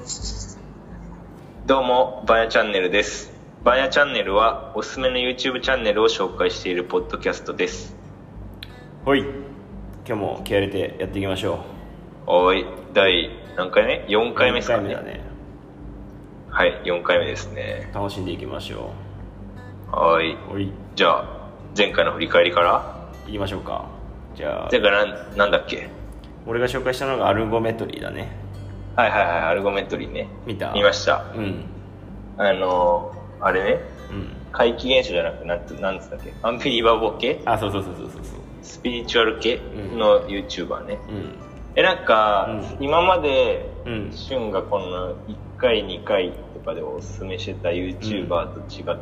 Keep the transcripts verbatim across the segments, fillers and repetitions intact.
どうも、バヤチャンネルです。バヤチャンネルはおすすめの YouTube チャンネルを紹介しているポッドキャストです。 はい、今日も気合い入れてやっていきましょう。おい、第何回目 ?よん 回目ですかね。 よんかいめだね。 はい、よんかいめですね。 楽しんでいきましょう。はい。じゃあ、前回の振り返りからいきましょうか。じゃあ、 前回なんなんだっけ。 俺が紹介したのがアルゴメトリーだね。 はいはいはい、アルゴメトリーね。 見た？ 見ました。 うん。 あのー、あれね、 うん、 怪奇現象じゃなくて、なんつなんつったっけ、アンビリバボー系？ あ、そうそうそうそうそう。 スピリチュアル系の YouTuber ね。 うん。 え、なんか、うん、今まで、 うん、 シュンがこのいっかい、にかいとかでおすすめしてた YouTuber と違って、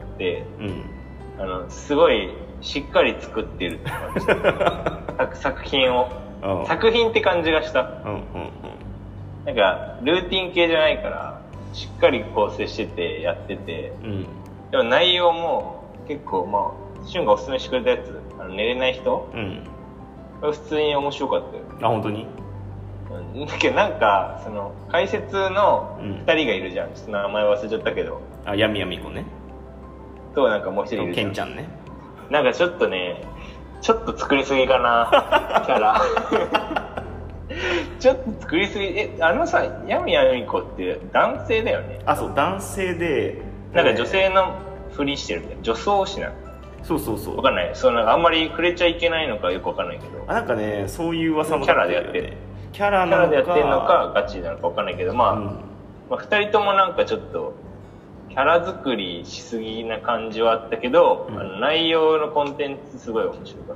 うん、あの、すごいしっかり作ってるって感じ作, 作品を。作品って感じがした。うんうんうん、なんか、ルーティン系じゃないから、しっかり構成してて、やってて、うん、でも内容も結構、まあ、シュンがおすすめしてくれたやつ、あの寝れない人、うん、普通に面白かったよ。 あ、本当に？ だけどなんか、その、解説のふたりがいるじゃん。うん、ちょっと名前忘れちゃったけど。 あ、やみやみこね。 と、なんかもう一人いるじゃん。 ケンちゃんね。 なんかちょっとね、ちょっと作りすぎかな、キャラ。ちょっと作りすぎ。え、あのさ、やみやみこって男性だよね。 あ、そう、男性で。 なんか女性のふりしてるみたいな。女装師なの。 そうそうそう。 わかんない。そう、なんかあんまり触れちゃいけないのかよくわかんないけど。 あ、なんかね、そういう噂も、 キャラでやってる。 キャラなのか、 キャラでやってるのかガチなのかわかんないけど、まあ、うん、まあ、ふたりともなんかちょっとキャラ作りしすぎな感じはあったけど、うん、あの内容のコンテンツすごい面白かった。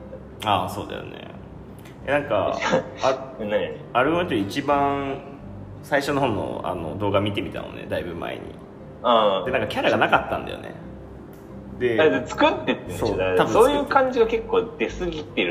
ああ、そうだよね。なんかあアルゴメトリー一番最初の方のあの動画見てみたのね、だいぶ前に。あでなんかキャラがなかったんだよね。 で作ってってんでしょ。そうそういう感じが結構出過ぎてる。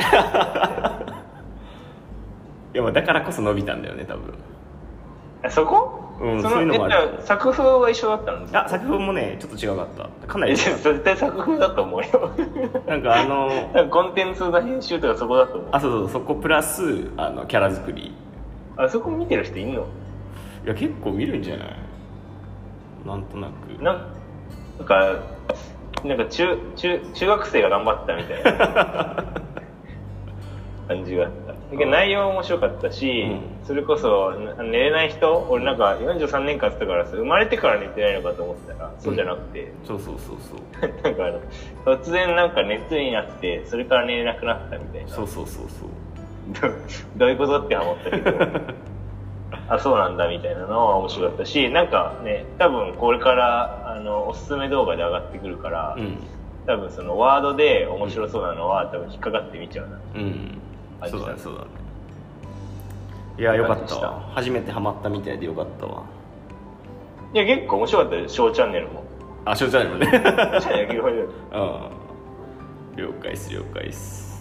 いや、だからこそ伸びたんだよね、多分。 あそこ？うん、そのそういうのもある。作風は一緒だったの？ あ、作風もね、ちょっと違かった。かなり違う。絶対作風だと思うよ。 なんかあのなんかコンテンツの編集とかそこだと思う。 あ、そうそう、そこプラスあのキャラ作り。 あそこ見てる人いんの？ いや、結構見るんじゃない？なんとなく。 なんかなんか中中中学生が頑張ったみたいな感じがあった。内容面白かったし、うん、それこそ寝れない人、俺なんかよんじゅうさんねんかんって言ったから生まれてから寝てないのかと思ってたら、うん、そうじゃなくて、 そうそうそうそうなんかあの突然なんか熱になってそれから寝れなくなったみたいな。 そうそうそうそうど, どういうことって思ったけどあ、そうなんだみたいなのは面白かったし、なんかね、多分これからあのおすすめ動画で上がってくるから、うん、多分そのワードで面白そうなのは、うん、多分引っかかって見ちゃうな。うん、 そうだね、そうだね。いや、よかったわ。初めてハマったみたいでよかったわ。 いや、結構面白かったよ、ショーチャンネルも。 あ、ショーチャンネルもね。 ショーチャンネル結構ああ、了解です、了解です。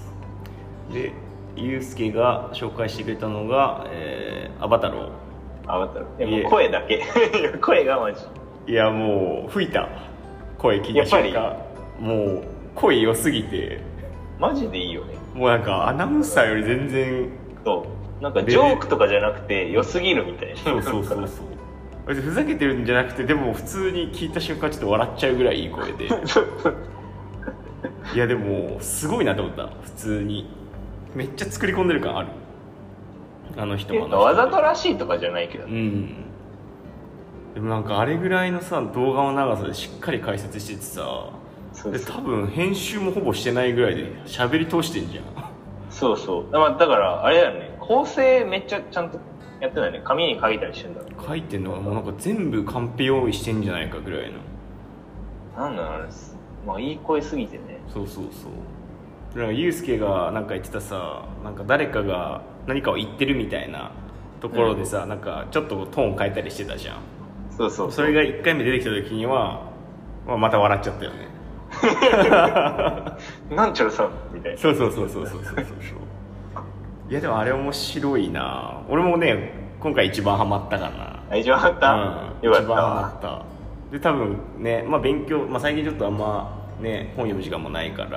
で、ユウスケが紹介してくれたのが、えー、アバタロー。アバタロー。いや、もう声だけ。声がマジ。 いや、もう、吹いた。声聞いた瞬間。もう、声良すぎて。 マジでいいよね。 もうなんか、アナウンサーより全然。 そう。なんか、ジョークとかじゃなくて、良すぎるみたいな。 そうそうそうそう。別にふざけてるんじゃなくて、でも普通に聞いた瞬間ちょっと笑っちゃうぐらいいい声で。いや、でも、すごいなと思った。普通に。めっちゃ作り込んでる感ある。あの人も。 わざとらしいとかじゃないけど、ね、 うん。でもなんかあれぐらいのさ、動画の長さでしっかり解説しててさ、そうそうで多分編集もほぼしてないぐらいで喋り通してんじゃん。 そうそう。だからあれだよね、構成めっちゃちゃんとやってないね。紙に書いたりしてんだろう。 書いてんのがもうなんか全部カンペ用意してんじゃないかぐらいの。 なんだろうあれ、まあいい声すぎてね。 そうそうそう。なんかユウスケがなんか言ってたさ、なんか誰かが何かを言ってるみたいなところでさ、うん、なんかちょっとトーン変えたりしてたじゃん。 そうそうそう。 それがいっかいめ出てきた時には、まあ、また笑っちゃったよね。 なんちゃらさんみたいな。 そうそうそうそうそうそうそう。いやでもあれ面白いな。俺もね今回一番ハマったかな。 あ、一番ハマった。 うん、よかった。一番ハマった。で多分ね、まあ勉強、まあ最近ちょっとあんまね本読む時間もないから。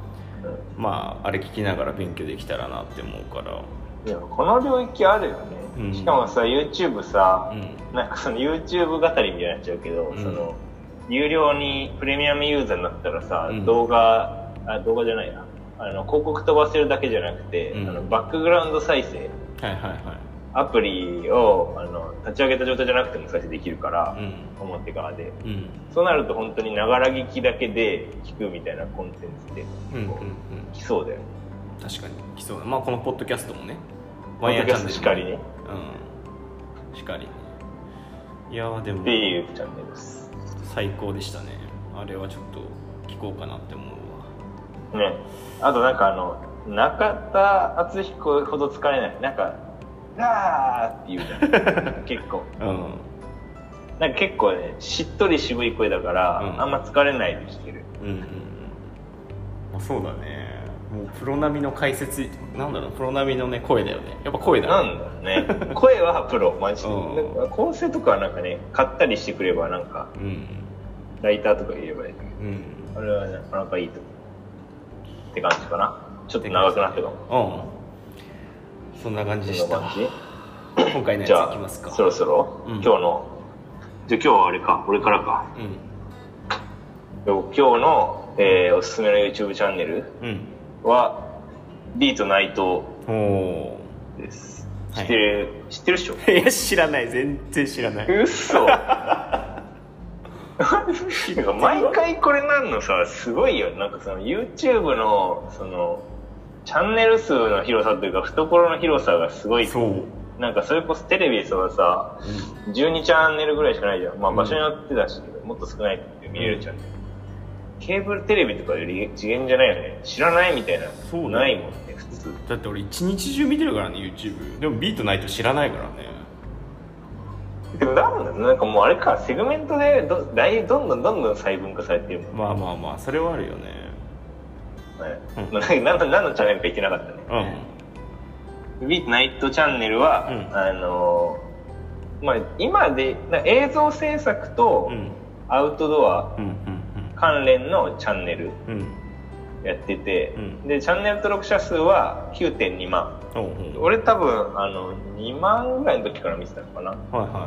まああれ聞きながら勉強できたらなって思うから。 いや、この領域あるよね。 うん、しかもさ YouTube さ、うん、なんかその YouTube 語りみたいになっちゃうけど、うん、その有料にプレミアムユーザーになったらさ、うん、動画あ動画じゃないなあの広告飛ばせるだけじゃなくて、うん、あのバックグラウンド再生、 はいはいはい、 アプリをあの立ち上げた状態じゃなくても再生できるから、うん、表側で、うん、そうなると本当にながら聞きだけで聞くみたいなコンテンツって来そうだよね。 確かに来そうだ。まあこのポッドキャストもね、 ポッドキャストしかりね、 うん、しかり。いやーでもっていうチャンネルです。 最高でしたね。あれはちょっと聞こうかなって思うわね。あとなんかあの中田敦彦ほど疲れない、なんかあーって言うじゃん結構、うん、なんか結構ねしっとり渋い声だから、うん、あんま疲れないで聞ける。うんうんうん、 まあ、そうだね。もうプロ並みの解説なんだろう、プロ並みのね声だよね。やっぱ声だよね。なんだろうね声はプロマジで、うん、構成とかはなんかね買ったりしてくればなんか、うん、ライターとか言えばいい、うん、あれはなかなかいいと思うって感じかな。ちょっと長くなったかも。 うん、そんな感じでした。今回のやついきますか。 そろそろ、うん、今日のじゃあ今日はあれか俺からか、うん、今日の、えー、おすすめの YouTube チャンネルは、うん、ビート内藤です。知ってる、はい、知ってるっしょ。 いや知らない、全然知らない。 うっそ毎回これなんのさすごいよ。なんかその YouTube のそのチャンネル数の広さというか懐の広さがすごい。そうなんかそれこそテレビでさ、うん、じゅうにチャンネルぐらいしかないじゃん。まあ場所によってだし、うん、もっと少ないって見れるチャンネル、うん、ケーブルテレビとかより次元じゃないよね。知らないみたいな。そうないもんね普通。 だって俺一日中見てるからね YouTube。 でもビートないと知らないからね。 でもなんだなんかもうあれかセグメントで ど, どんどんどんどん細分化されてるもん。 まあまあまあそれはあるよね。 はい、うん、何, の何のチャンネルか言ってなかったね。うん、ビートナイトチャンネルは、うん、あのまあ今で映像制作とアウトドア関連のチャンネルやってて、うん、でチャンネル登録者数は きゅうてんにまん。うん、俺多分あのにまんぐらいの時から見てたのかな。はいはいはいはい。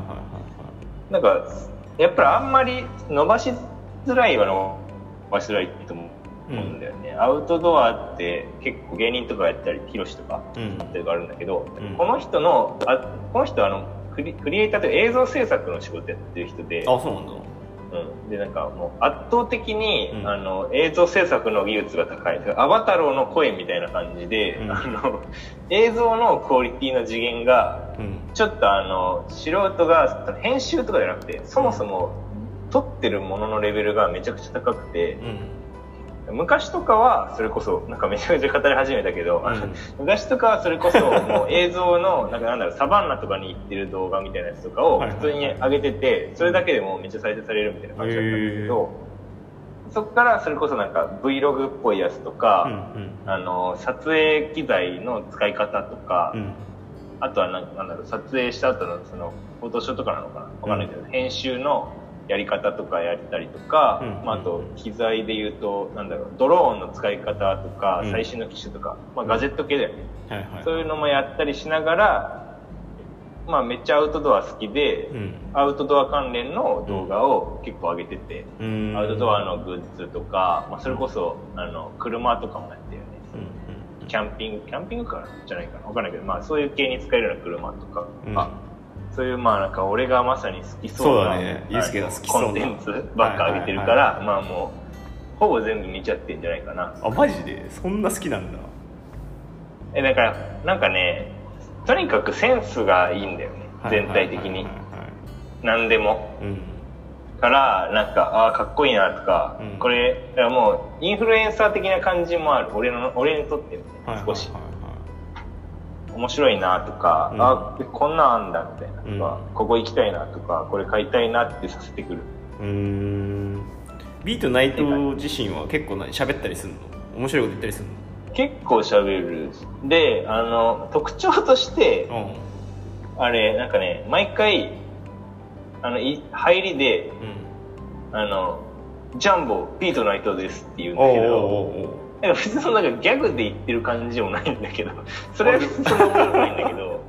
なんかやっぱりあんまり伸ばしづらいは伸ばしづらいと思うんだよね。うん、アウトドアって結構芸人とかやったりヒロシとかあったりがあるんだけど、うん、この人のあこの人はあのクリ、クリエイターと映像制作の仕事やってる人で。 あ、そうなんだ。 うん、でなんかもう圧倒的に、うん、あの映像制作の技術が高い。アバタローの声みたいな感じで、うん、あの映像のクオリティの次元が、うん、ちょっとあの素人が編集とかじゃなくてそもそも撮ってるもののレベルがめちゃくちゃ高くて、うん、昔とかはそれこそなんかめちゃくちゃ語り始めたけど、うん、昔とかはそれこそもう映像のなんかなんだろうサバンナとかに行ってる動画みたいなやつとかを普通に上げてて、それだけでもうめっちゃ再生されるみたいな感じだったんだけど、そっからそれこそなんか Vlog っぽいやつとか、うんうん、あの撮影機材の使い方とか、うん、あとはなんなんだろう撮影した後のそのフォトショーとかなのかなわかんないけど、うん、編集のやり方とかやったりとか、うんまあ、あと機材で言うとなんだろうドローンの使い方とか、うん、最新の機種とか、まあ、ガジェット系だよね、はいはい、そういうのもやったりしながら、まあ、めっちゃアウトドア好きで、うん、アウトドア関連の動画を結構上げてて、うん、アウトドアのグッズとか、まあ、それこそあの車とかもやってるよね、うん、キャンピングキャンピングカーじゃないかなわかんないけど、まあ、そういう系に使えるような車とか、うんそういうまあなんか俺がまさに好きそうなコンテンツばっか上げてるから、はいはいはい、まあもうほぼ全部見ちゃってんじゃないかな。 あマジでそんな好きなんだ。 えだからなんかねとにかくセンスがいいんだよね、全体的に何でも、うん、からなんかあかっこいいなとか、うん、これだからもうインフルエンサー的な感じもある俺の俺にとって、ね、少し、はいはいはい面白いなとか、うん、あこんなんあんだみたいなとか、うん、ここ行きたいなとかこれ買いたいなってさせてくる。うーんビートナイト自身は結構何喋ったりするの面白いこと言ったりするの結構喋るであの特徴として、うん、あれなんかね毎回あのい入りで、うん、あのジャンボビートナイトですって言うんだけどおうおうおう別にそのなんかギャグで言ってる感じもないんだけどそれは別にそんな面白くないんだけどあ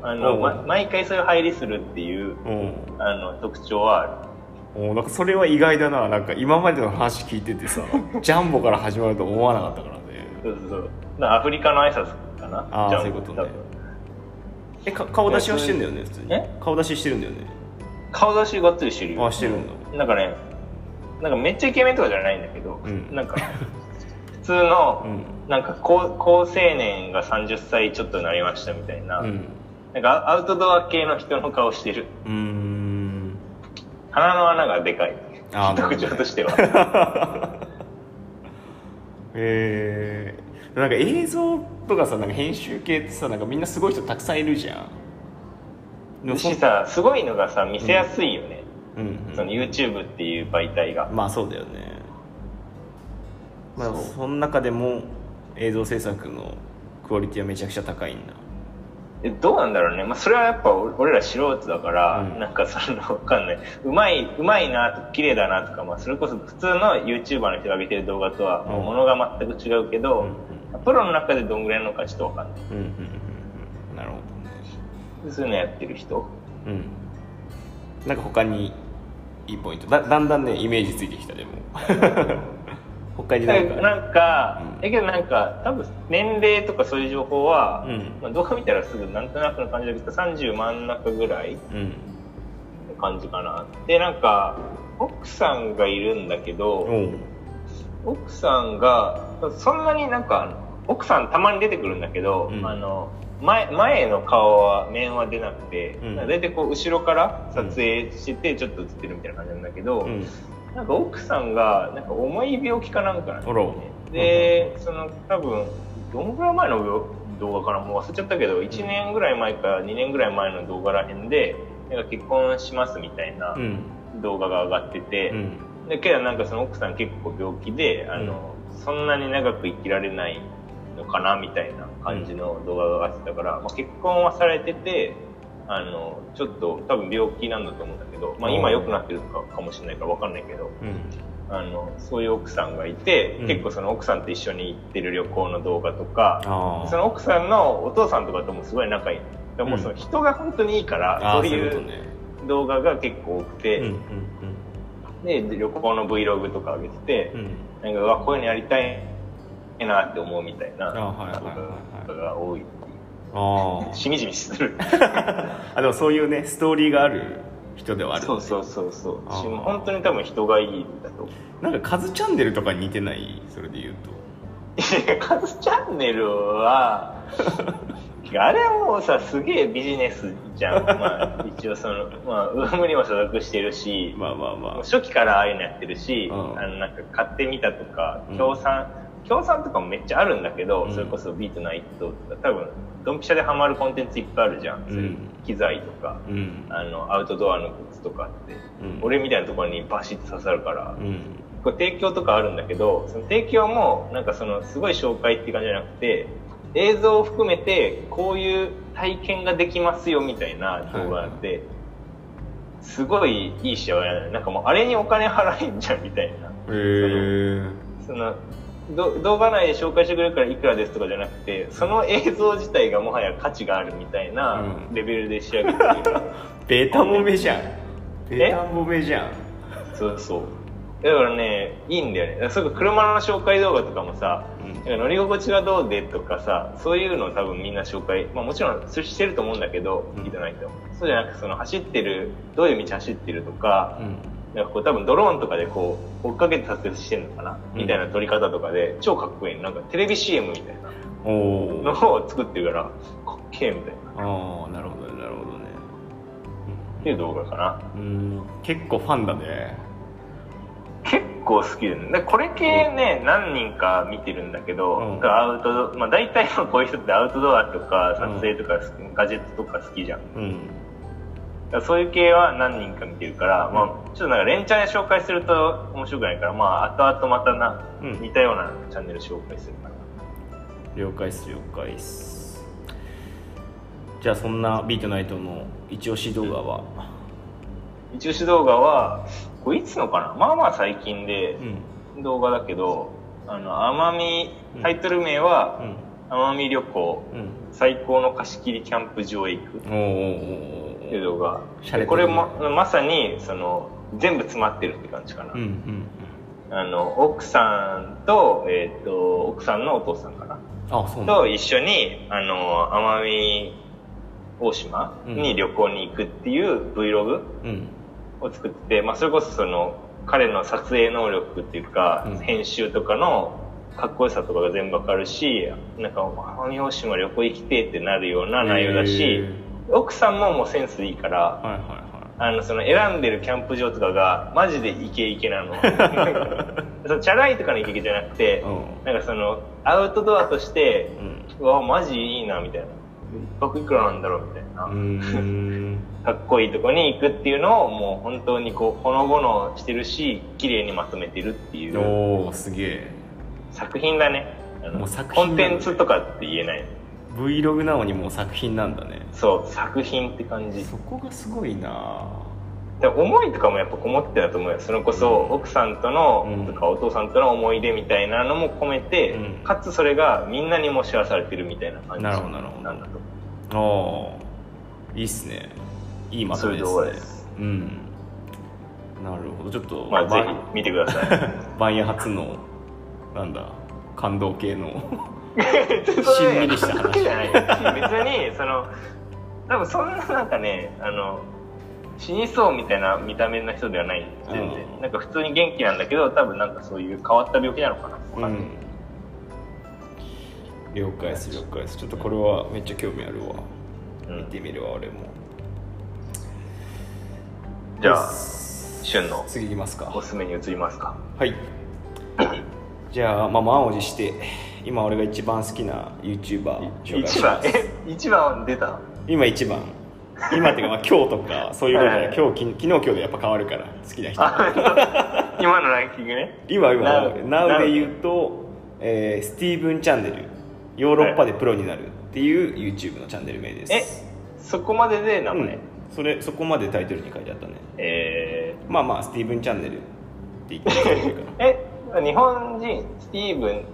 あの、ま、毎回そういう入りするっていうあの特徴はある。 おなんかそれは意外だな。なんか今までの話聞いててさジャンボから始まると思わなかったからね。 そうそうそう。アフリカの挨拶かな。 ああそういうことね。えか顔出しはしてんだよね普通に。え顔出ししてるんだよね。 顔出しがっつりしてるよ。 あしてるんだ。 なんかねなんかめっちゃイケメンとかじゃないんだけど、うん、なんか普通の、うん、なんか高高青年がさんじゅっさいちょっとになりましたみたいな、うん、なんかアウトドア系の人の顔してる。うーん鼻の穴がでかい特徴としては。 へえー、なんか映像とかさなんか編集系ってさなんかみんなすごい人たくさんいるじゃん。 しさすごいのがさ見せやすいよね、うんうんうん、その YouTube っていう媒体が。 まあそうだよね。まあその中でも映像制作のクオリティはめちゃくちゃ高いんだ。 えどうなんだろうね、まあ、それはやっぱ俺ら素人だから、うん、なんかその分かんないうまいうまいなとか綺麗だなとか、まあ、それこそ普通の YouTuber の人が上げてる動画とはものが全く違うけど、うんうん、プロの中でどんぐらいなのかちょっと分かんない、うんうんうん、 なるほどね。そういうのやってる人、 うん、なんか他にいいポイント だ, だんだんねイメージついてきた。でも他になんかなんか、うん、だけどなんか多分年齢とかそういう情報は、うんまあ、動画見たらすぐなんとなくの感じだけどさんじゅう真ん中ぐらいの感じかな、うん、でなんか奥さんがいるんだけど、うん、奥さんがそんなになんか奥さんたまに出てくるんだけど、うん、あの 前, 前の顔は面は出なくて、うん、だいたいこう後ろから撮影してちょっと映ってるみたいな感じなんだけど、うんなんか奥さんがなんか重い病気かなんかなんだよね。で、うん、その多分どんぐらい前の動画かなもう忘れちゃったけどいちねんぐらい前かにねんぐらい前の動画らへんでなんか結婚しますみたいな動画が上がってて、うん、だけどなんかその奥さん結構病気であの、うん、そんなに長く生きられないのかなみたいな感じの動画が上がってたから、まあ、結婚はされててあのちょっと多分病気なんだと思うんだけど、まあ、今良くなってるかかもしれないから分かんないけど、うん、あのそういう奥さんがいて、うん、結構その奥さんと一緒に行ってる旅行の動画とかその奥さんのお父さんとかともすごい仲いい。でもその人が本当にいいから、うん、そういう動画が結構多くて、うんうんうん、で旅行の Vlog とか上げてて、うん、なんかうわこういうのやりたいなって思うみたいな動画が多い。あしみじみするあでもそういうねストーリーがある人ではある、ね、 そうそうそうそう本当に多分人がいいんだと。 なんかカズチャンネルとかに似てない？それで言うとカズチャンネルはあれはもうさすげえビジネスじゃん、まあ、一応そのまあウームにも所属してるしまあまあまあ初期からああいうのやってるし、うん、あのなんか買ってみたとか協賛、うん、協賛とかもめっちゃあるんだけど、うん、それこそビートナイトとか多分ドンピシャでハマるコンテンツいっぱいあるじゃん、うん、機材とか、うん、あのアウトドアのグッズとかって、うん、俺みたいなところにバシッと刺さるから、うん、これ提供とかあるんだけどその提供もなんかそのすごい紹介っていう感じじゃなくて映像を含めてこういう体験ができますよみたいな動画って、はい、すごいいいしやないなんかもうあれにお金払えんじゃんみたいな。へーその動画内で紹介してくれるからいくらですとかじゃなくてその映像自体がもはや価値があるみたいなレベルで仕上げてる、うん、 ベータボメじゃんベータボメじゃんそうそうだからねいいんだよね。それ車の紹介動画とかもさ、うん、乗り心地がどうでとかさそういうのを多分みんな紹介、まあ、もちろんしてると思うんだけど聞いてないと、うん、そうじゃなくてその走ってるどういう道走ってるとか、うんなんかこう多分ドローンとかでこう追っかけて撮影してるのかな、うん、みたいな撮り方とかで超かっこいいなんかテレビ シーエム みたいなのを作ってるからかっけえみたいな。 ああなるほどねなるほどねっていう動画かな。 うん結構ファンだね。 結構好きでね。でこれ系ね、うん、何人か見てるんだけど、うん、アウトドまあ大体のこういう人ってアウトドアとか撮影とか、うん、ガジェットとか好きじゃん。うんそういう系は何人か見てるから、うん、まあちょっとなんか連チャンで紹介すると面白くないから、まあ後々またな、うん、似たようなチャンネル紹介するかな。 了解っす了解っす。じゃあそんなビートナイトの一押し動画は、 うん、一押し動画はこれいつのかな、まあまあ最近で動画だけど、うん、あの奄美タイトル名は、 奄美旅行、うん、最高の貸し切りキャンプ場へ行くっていう動画。これもまさにその全部詰まってるって感じかな。うんうんうん、あの奥さんと、えー、と奥さんのお父さんかな。あ、そうなんだ。と一緒にあの奄美大島に旅行に行くっていう Vlog を作ってて、うん、まあそれこそその彼の撮影能力っていうか、うん、編集とかのかっこよさとかが全部わかるし、なんか奄美大島旅行行きてってなるような内容だし、奥さんももうセンスいいから、はいはいはい、あのその選んでるキャンプ場とかがマジでイケイケなの。そのチャラいとかのイケイケじゃなくて、うん、なんかそのアウトドアとして、うん、うわマジいいなみたいな、一泊いくらなんだろうみたいな、うーんかっこいいとこに行くっていうのをもう本当にこうほのぼのしてるし綺麗にまとめてるっていう。 おーすげえ作品だね。あのもう作品コンテンツとかって言えない。 Vlog なのにもう作品なんだね。 そう作品って感じ。 そこがすごいな。 で思いとかもやっぱこもってたと思うよ。それこそ奥さんとの、うん、とかお父さんとの思い出みたいなのも込めて、うん、かつそれがみんなにもシェアされてるみたいな感じなんだと。 ああいいっすね。いいまとめですね。そういう動画です。うん。なるほど。ちょっとまあぜひ見てください。 バンヤ初のなんだ感動系のしんみりした話じゃない別にその多分そんななんかねあの死にそうみたいな見た目の人ではない全然、うん、なんか普通に元気なんだけど多分なんかそういう変わった病気なのかな、うん、 了解です了解です。ちょっとこれはめっちゃ興味あるわ、うん、見てみるわ俺も。 じゃあ旬の次いきますか。 おすすめに移りますか。 はいじゃあ、まあ、満を持して今俺が一番好きな YouTuber 紹介します。 一番え一番出た今一番今っていうか、まあ、今日とかそういうことで、はい、今日昨日今日でやっぱ変わるから好きな人今のランキングね。 今今 Now で言うと、えー、スティーブンチャンネルヨーロッパでプロになるっていう YouTube のチャンネル名です。 えそこまでで名前、うん、 それそこまでタイトルに書いてあったね。 えー、まあまあスティーブンチャンネルって言ってもいいかなえ日本人スティーブン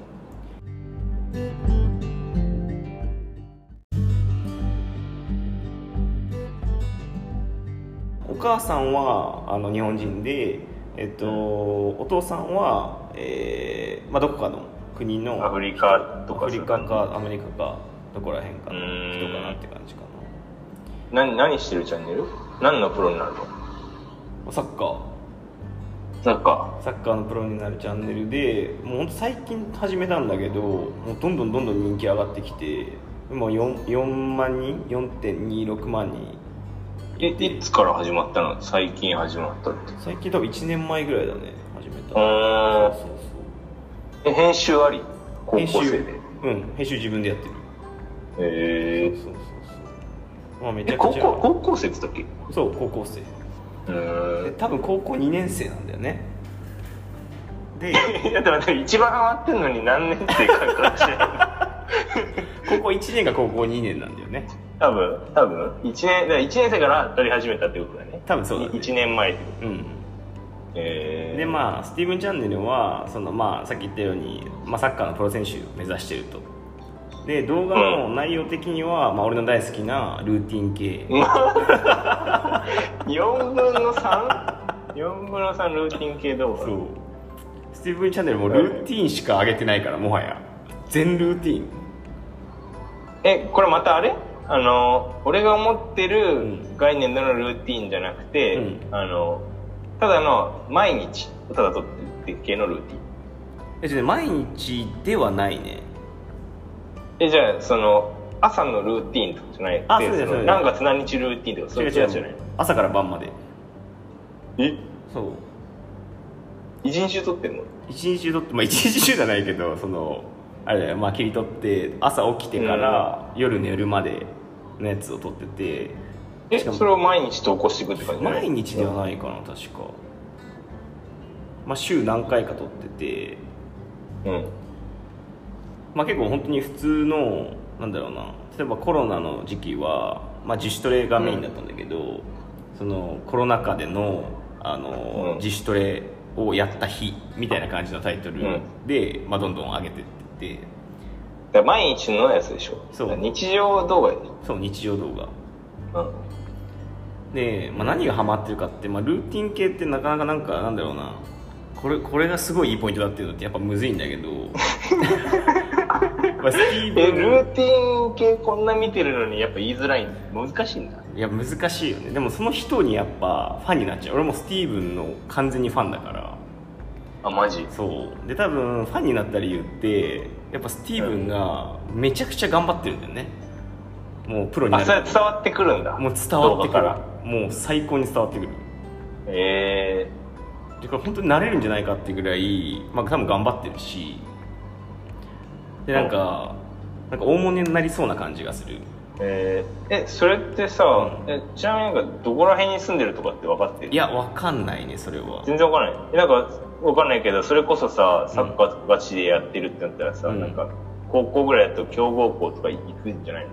お母さんはあの日本人で、えっと、お父さんは、えーまあ、どこかの国のアフリカとかアフリカかアメリカかどこら辺かの人かなって感じかな。 何何してるチャンネル？何のプロになるの？ サッカーサッカーサッカーのプロになるチャンネルで、もうほんと最近始めたんだけどもうどんどんどんどん人気上がってきてもう 4, 4万人 よんてんにろくまん人。 えいつから始まったの？最近始まったって。 最近多分いちねんまえぐらいだね始めた。 ああそうそうそう。え編集あり？高校生で？ うん編集自分でやってる。 へえー、そうそうそうそう。まあめちゃくちゃ高校高校生って言ったっけ？ そう高校生。で多分高校にねん生なんだよね。でだって待って一番ハマってんのに何年生かかして高校いちねんか高校にねんなんだよね多分多分いちねんだいちねん生から撮り始めたってことだね。 多分そうだね。 いちねんまえってこと。 うんえー、でまあスティーブンチャンネルはその、まあ、さっき言ったように、まあ、サッカーのプロ選手を目指してると。で動画の内容的には、うんまあ、俺の大好きなルーティン系よんぶんの さん?よん 分のさんルーティン系動画。 そうスティーブンチャンネルもルーティンしか上げてないからもはや全ルーティン。 えこれまたあれあの俺が思ってる概念でのルーティンじゃなくて、うん、あのただの毎日ただ撮ってる系のルーティン。 えじゃあ毎日ではないね。 えじゃあその朝のルーティンとかじゃない。あそうですそうです。何月何日ルーティンとかそういうやつじゃない。 朝から晩まで。 えそう一日中撮ってんの？ 一日中撮ってまあ一日中じゃないけどそのあれだよまあ切り取って朝起きてから夜寝るまでのやつを撮ってて。 えそれを毎日投稿していくって感じ？ 毎日ではないかな確か。まあ週何回か撮っててうんまあ結構本当に普通のなんだろうな例えばコロナの時期は、まあ、自主トレがメインだったんだけど、うん、そのコロナ禍での、あの、うん、自主トレをやった日みたいな感じのタイトルで、うんまあ、どんどん上げてっててだ毎日のやつでしょ。 そう日常動画でしょ。 そう日常動画、 うん、 で、まあ、何がハマってるかって、まあ、ルーティン系ってなかなかなんかなんだろうな、これこれがすごいいいポイントだっていうのってやっぱむずいんだけどまあスティーブンえルーティン系こんな見てるのにやっぱ言いづらいんだ。難しいんだ。 いや難しいよね。でもその人にやっぱファンになっちゃう。俺もスティーブンの完全にファンだから。 あマジ。 そうで多分ファンになった理由ってやっぱスティーブンがめちゃくちゃ頑張ってるんだよね。もうプロになる。 あそれ伝わってくるんだ。 もう伝わってくる。もう最高に伝わってくる。 へえー、でこれ本当になれるんじゃないかっていうぐらい、まあ、多分頑張ってるし、でなんか、なんか大物になりそうな感じがする。 えー、えそれってさ、うん、えちなみになんかどこら辺に住んでるとかって分かってる？ いや分かんないねそれは。 全然分かんない。なんか分かんないけどそれこそさサッカーとかガチでやってるってなったらさ、うん、なんか高校ぐらいだと強豪校とか行くんじゃないの？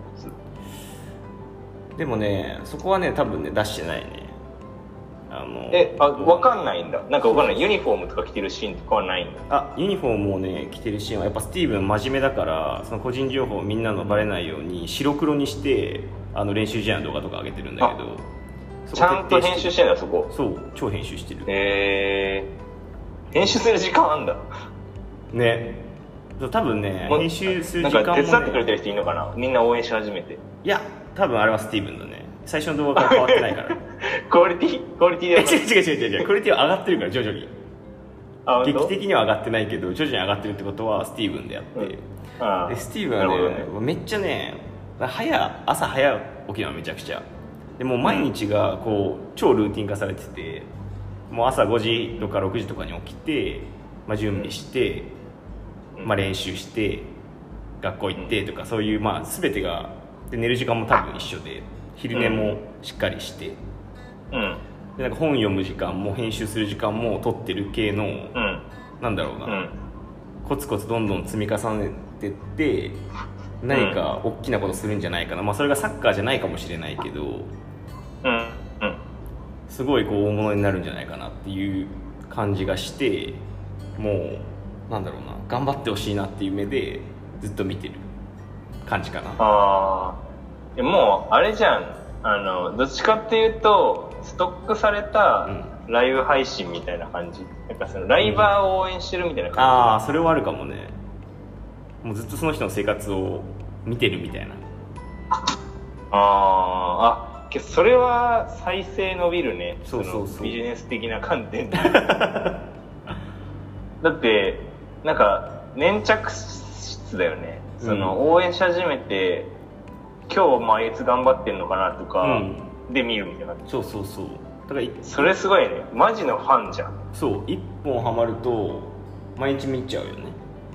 でもねそこはね多分ね出してないね。あのえあ分かんないんだ。なんか分かんない。ユニフォームとか着てるシーンとかはないんだ。 あユニフォームをね着てるシーンはやっぱスティーブン真面目だからその個人情報をみんなのバレないように白黒にしてあの練習試合の動画とか上げてるんだけど、 ちゃんと編集してんだそこ。 そう超編集してる。 へえー、編集する時間あんだね。多分ね編集する時間も、ね、 なんか手伝ってくれてる人いるのかな。みんな応援し始めて。 いや多分あれはスティーブンだね。最初の動画から変わってないからクオリティクオリティで違う違う違う違うクオリティは上がってるから徐々に。劇的には上がってないけど徐々に上がってるってことはスティーブンであって、うん、あでスティーブンは ね, ねめっちゃね早朝早起きなのめちゃくちゃでもう毎日がこう超ルーティン化されてて、もう朝ごじとかろくじとかに起きて、まあ、準備して、まあ、練習して学校行ってとかそういう、まあ、全てがで寝る時間も多分一緒で昼寝もしっかりして、うん、でなんか本読む時間も編集する時間も取ってる系の、うん、なんだろうな、うん、コツコツどんどん積み重ねてって何か大きなことするんじゃないかな、まあ、それがサッカーじゃないかもしれないけど、うんうん、すごいこう大物になるんじゃないかなっていう感じがしてもうなんだろうな頑張ってほしいなっていう目でずっと見てる感じかな。 ああもうあれじゃん、あのどっちかっていうとストックされたライブ配信みたいな感じ、うん、なんかそのライバーを応援してるみたいな感じ、うん、 ああそれはあるかもね。もうずっとその人の生活を見てるみたいな。 ああそれは再生伸びるね。 そうそうそうそのビジネス的な観点でだってなんか粘着質だよね。その応援し始めて、うん、今日もあいつ頑張ってんのかなとか、うん、で見るみたいな。 そうそうそうだからそれすごいね。マジのファンじゃん。 そう一本ハマると毎日見ちゃうよね。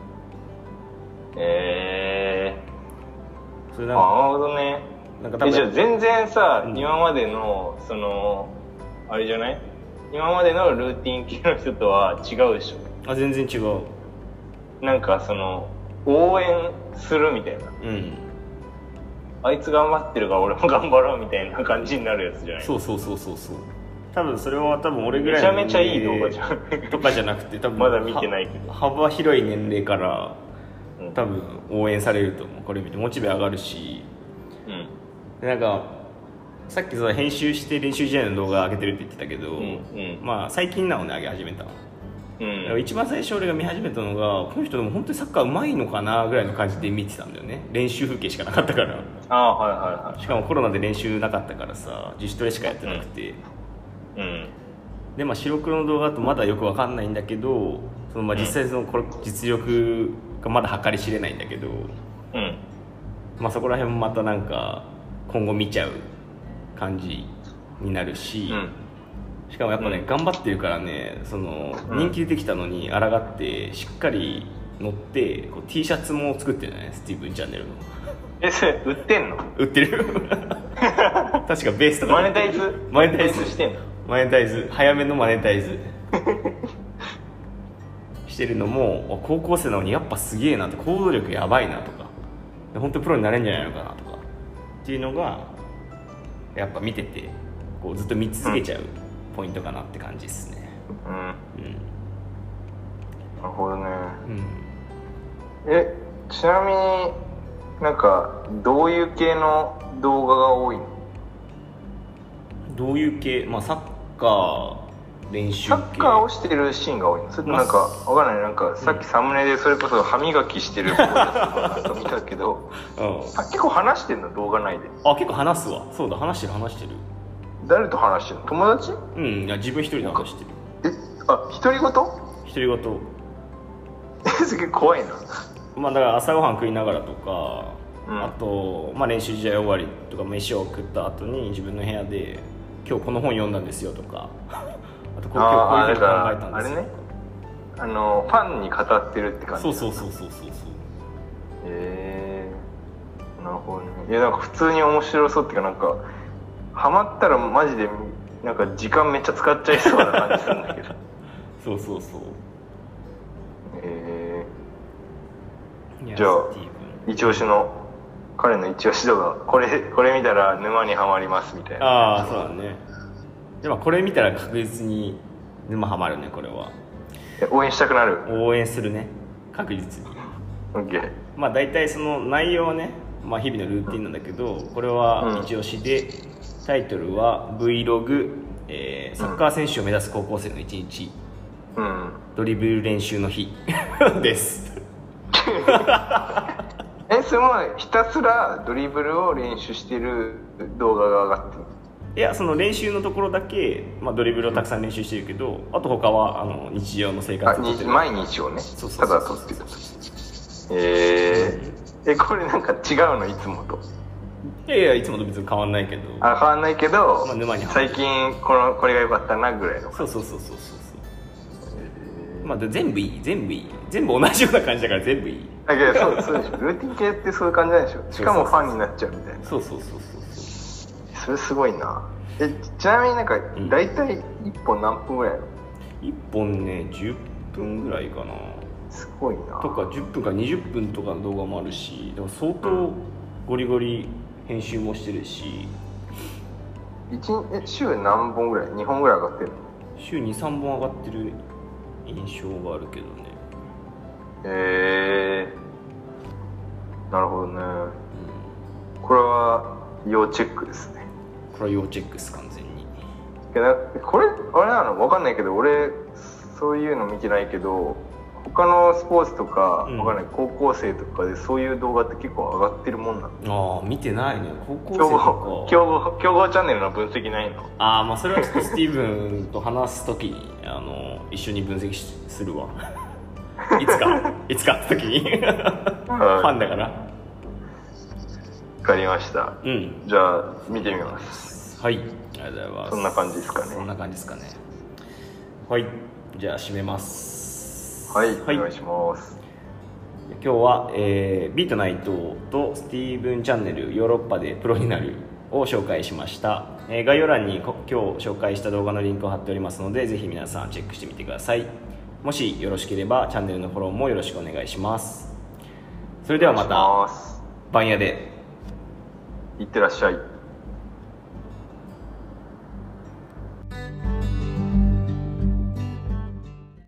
えー、それなんかなるほどね。なんか多分えじゃあ全然さ、うん、今までのそのあれじゃない今までのルーティン系の人とは違うでしょ。 あ全然違う。 なんかその応援するみたいな、うん、あいつ頑張ってるから俺も頑張ろうみたいな感じになるやつじゃない。 そうそうそうそうそう多分それは多分俺ぐらいのめちゃめちゃいい動画じゃんとかじゃなくて多分まだ見てないけど幅広い年齢から多分応援されると思う。これ見てモチベ上がるし、うん、でなんかさっきその編集して練習試合の動画上げてるって言ってたけど、うんうん、まあ最近なのね上げ始めたの、うん、一番最初俺が見始めたのがこの人でも本当にサッカーうまいのかなぐらいの感じで見てたんだよね。練習風景しかなかったから。 あ、はいはいはい、 しかもコロナで練習なかったからさ自主トレしかやってなくて、うんうん、でまあ白黒の動画だとまだよく分かんないんだけどそのまあ実際そのこれ実力がまだ計り知れないんだけど、うん、まあそこら辺もまたなんか今後見ちゃう感じになるし、うん、しかもやっぱね、うん、頑張ってるからねその人気出てきたのに抗ってしっかり乗ってこう T シャツも作ってるねスティーブンチャンネルの。 えそれ売ってんの？ 売ってる確かベースとかマネタイズマネタイズしてんの？マネタイズ早めのマネタイズしてるのも高校生なのにやっぱすげえなって行動力やばいなとか本当にプロになれるんじゃないのかなとかっていうのがやっぱ見ててこうずっと見続けちゃうポイントかなって感じですね。うん、うん、 なるほどね、うん、えちなみになんかどういう系の動画が多いの？ どういう系？まあサッカー練習系。 サッカーをしてるシーンが多いの？それとなんかわかんない、なんかさっきサムネでそれこそ歯磨きしてる子やつとか見たけど、うん、結構話してんの動画内で。 あ、結構話すわ。そうだ、話してる話してる。 誰と話してるの？友達？ うん、いや自分一人で話してる。 え、あ、独り言？独り言。 え、すげえ怖いな。 まあだから朝ごはん食いながらとか、うん、あと、まあ、練習試合終わりとか飯を食った後に自分の部屋で今日この本読んだんですよとかあとこう今日こういうふうに考えたんですよ。あれね、 あのファンに語ってるって感じ。 そうそうそうそうそうそう。 へえー、なるほどね。いやなんか普通に面白そうっていうか、なんかハマったらマジでなんか時間めっちゃ使っちゃいそうな感じするんだけどそうそうそう。 えー、じゃあ一押しの彼の一押し動画、これこれ見たら沼にはまりますみたいな。 ああ、そうだね。でもこれ見たら確実に沼ハマるね。これは応援したくなる。 応援するね、確実に。 OK。 まあ大体その内容はね、まあ、日々のルーティンなんだけど、これは一押しで、タイトルは Vlog、えー、サッカー選手を目指す高校生の一日、うん、ドリブル練習の日ですえ、それもひたすらドリブルを練習してる動画が上がってる？ いや、その練習のところだけ、まあ、ドリブルをたくさん練習してるけど、うん、あと他はあの日常の生活を撮ってる。 毎日をね、そうそうそうそう、ただ撮ってる。えー、え、これなんか違うのいつもと？ いやいや、いつもと別に変わんないけど。 あ、変わんないけど、 まあ、沼に最近このこれが良かったなぐらいの。 そうそうそうそうそうそう。えー、まあ全部いい、全部いい、全部同じような感じだから全部いい。 あ、いや、そうそうでしょ。ルーティン系ってそういう感じなんでしょ。しかもファンになっちゃうみたいな。 そうそうそうそうそう。 それすごいな。え、ちなみになんか大体いっぽん何分ぐらいなの？ いっぽんね、じゅっぷんぐらいかな。 すごいな。 とかじゅっぷんからにじゅっぷんとかの動画もあるし、だから相当ゴリゴリ編集もしてるし。 一え週何本ぐらい？にほんぐらい上がってるの？ 週にさんぼん上がってる印象があるけどね。 へえー、なるほどね、うん、これは要チェックですね。 これは要チェックです、完全に。 いや、これあれなの分かんないけど、俺そういうの見てないけど、他のスポーツとか、うん、分かんない、高校生とかでそういう動画って結構上がってるもんなの？ああ、見てないね。高校生とか競合競合チャンネルの分析ないの？ ああ、まあそれはちょっとスティーブンと話すときにあの一緒に分析するわいつかいつかって時にファンだから。 分かりました、うん、じゃあ見てみます。 はい、ありがとうございます。 そんな感じですかね。 そんな感じですかね。はい、じゃあ締めます。 はい、はい、お願いします。 今日は、えー、ビートナイトとスティーブンチャンネルヨーロッパでプロになるを紹介しました。えー、概要欄に今日紹介した動画のリンクを貼っておりますので、ぜひ皆さんチェックしてみてください。もしよろしければチャンネルのフォローもよろしくお願いします。それではまた番屋でいってらっしゃい。